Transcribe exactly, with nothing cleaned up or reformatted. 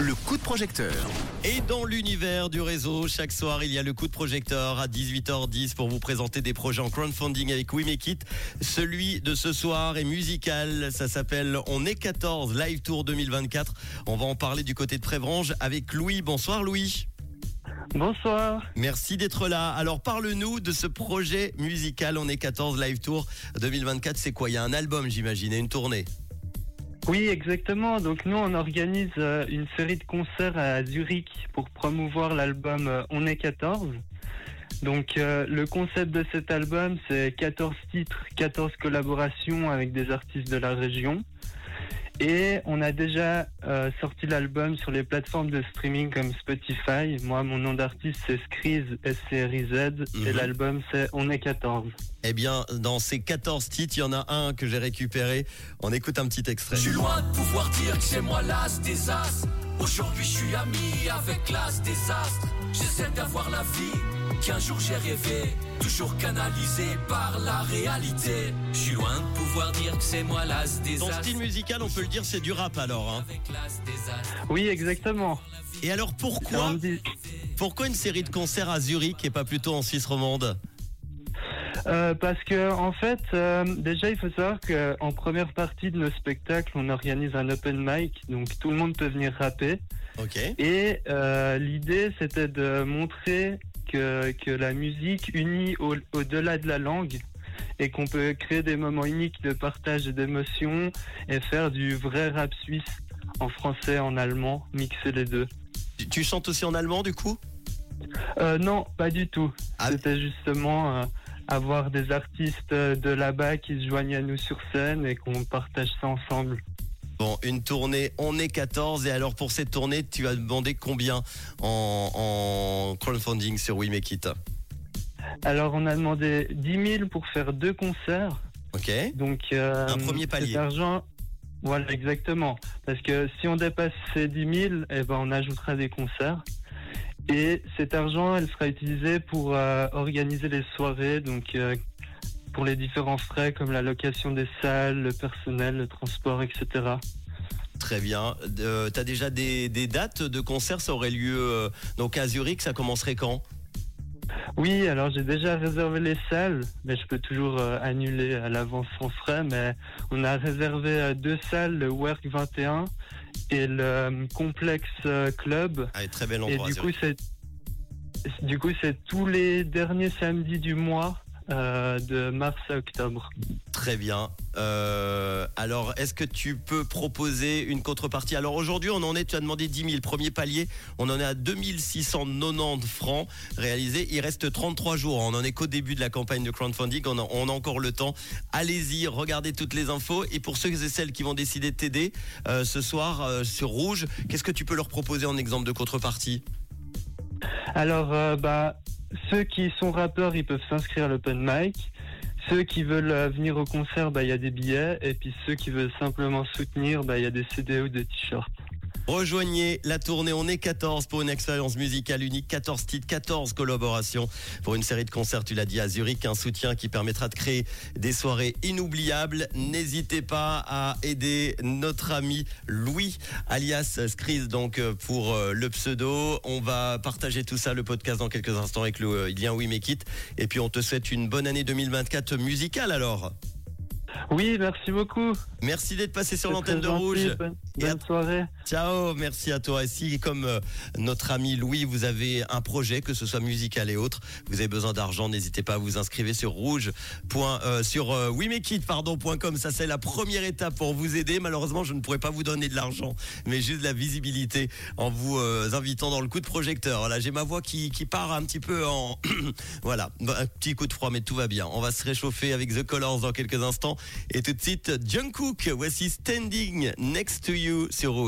le coup de projecteur. Et dans l'univers du réseau, chaque soir, il y a le coup de projecteur à dix-huit heures dix pour vous présenter des projets en crowdfunding avec We Make It. Celui de ce soir est musical, ça s'appelle On est quatorze Live Tour deux mille vingt-quatre. On va en parler du côté de Prévrange avec Louis. Bonsoir Louis. Bonsoir. Merci d'être là. Alors parle-nous de ce projet musical On est quatorze Live Tour deux mille vingt-quatre. C'est quoi? Il y a un album, j'imagine, et une tournée. Oui, exactement. Donc nous, on organise euh, une série de concerts à Zurich pour promouvoir l'album euh, On est quatorze. Donc euh, le concept de cet album, c'est quatorze titres, quatorze collaborations avec des artistes de la région. Et on a déjà euh, sorti l'album sur les plateformes de streaming comme Spotify. Moi, mon nom d'artiste, c'est Skreez, S C R I Z. Mmh. Et l'album, c'est On est quatorze. Eh bien, dans ces quatorze titres, il y en a un que j'ai récupéré. On écoute un petit extrait. Je suis loin de pouvoir dire que c'est moi l'as des as. Aujourd'hui, je suis ami avec l'as des astres. J'essaie d'avoir la vie qu'un jour j'ai rêvé, toujours canalisé par la réalité. Je suis loin de pouvoir dire que c'est moi l'as des as. Ton style musical, on peut le dire, c'est du rap alors. Hein. Oui, exactement. Et alors pourquoi, dit... pourquoi une série de concerts à Zurich et pas plutôt en Suisse romande? Euh, parce que en fait, euh, déjà il faut savoir qu'en première partie de nos spectacles, on organise un open mic, donc tout le monde peut venir rapper. Ok. Et euh, l'idée, c'était de montrer que que la musique unit au, au-delà de la langue et qu'on peut créer des moments uniques de partage et d'émotion et faire du vrai rap suisse en français, en allemand, mixer les deux. Tu, tu chantes aussi en allemand du coup? Euh, non, pas du tout. Ah. C'était justement euh, avoir des artistes de là-bas qui se joignent à nous sur scène et qu'on partage ça ensemble. Bon, une tournée, on est quatorze. Et alors pour cette tournée, tu as demandé combien en, en crowdfunding sur We Make It? Alors on a demandé dix mille pour faire deux concerts. Ok. Donc euh, un premier palier. Cet argent, voilà exactement. Parce que si on dépasse ces dix mille, eh ben on ajoutera des concerts. Et cet argent, elle sera utilisée pour euh, organiser les soirées, donc euh, pour les différents frais comme la location des salles, le personnel, le transport, et cetera. Très bien. Euh, tu as déjà des, des dates de concerts? Ça aurait lieu euh, donc à Zurich, ça commencerait quand? Oui, alors j'ai déjà réservé les salles, mais je peux toujours euh, annuler à l'avance sans frais, mais on a réservé euh, deux salles, le Work vingt et un et le euh, Complexe euh, Club. Ah, très bel endroit. Et du coup, c'est, du coup, c'est tous les derniers samedis du mois, euh, de mars à octobre. Très bien. Euh, alors, est-ce que tu peux proposer une contrepartie? Alors aujourd'hui, on en est, tu as demandé dix mille, premier palier, on en est à deux mille six cent quatre-vingt-dix francs réalisés. Il reste trente-trois jours, on en est qu'au début de la campagne de crowdfunding, on a, on a encore le temps. Allez-y, regardez toutes les infos. Et pour ceux et celles qui vont décider de t'aider euh, ce soir euh, sur Rouge, qu'est-ce que tu peux leur proposer en exemple de contrepartie? Alors, euh, bah, ceux qui sont rappeurs, ils peuvent s'inscrire à l'open mic. Ceux qui veulent euh, venir au concert, bah, il y a des billets. Et puis ceux qui veulent simplement soutenir, bah, il y a des C D ou des t-shirts. Rejoignez la tournée On est quatorze pour une expérience musicale unique, quatorze titres, quatorze collaborations pour une série de concerts, tu l'as dit, à Zurich, un soutien qui permettra de créer des soirées inoubliables. N'hésitez pas à aider notre ami Louis, alias Skreez, donc pour le pseudo. On va partager tout ça, le podcast, dans quelques instants avec le lien We Make It. Et puis on te souhaite une bonne année deux mille vingt-quatre musicale alors. Oui, merci beaucoup. Merci d'être passé sur C'est l'antenne de très gentil. Rouge. Bonne, Et bonne à... soirée. Ciao, merci à toi. Et si, comme euh, notre ami Louis, vous avez un projet, que ce soit musical et autre, vous avez besoin d'argent, n'hésitez pas à vous inscrire sur rouge. Point, euh, sur euh, we make it pardon point com. Ça, c'est la première étape pour vous aider. Malheureusement, je ne pourrais pas vous donner de l'argent, mais juste de la visibilité en vous euh, invitant dans le coup de projecteur. Là, j'ai ma voix qui, qui part un petit peu en voilà, un petit coup de froid, mais tout va bien. On va se réchauffer avec The Colors dans quelques instants. Et tout de suite, Jungkook, voici Standing Next to You sur Rouge.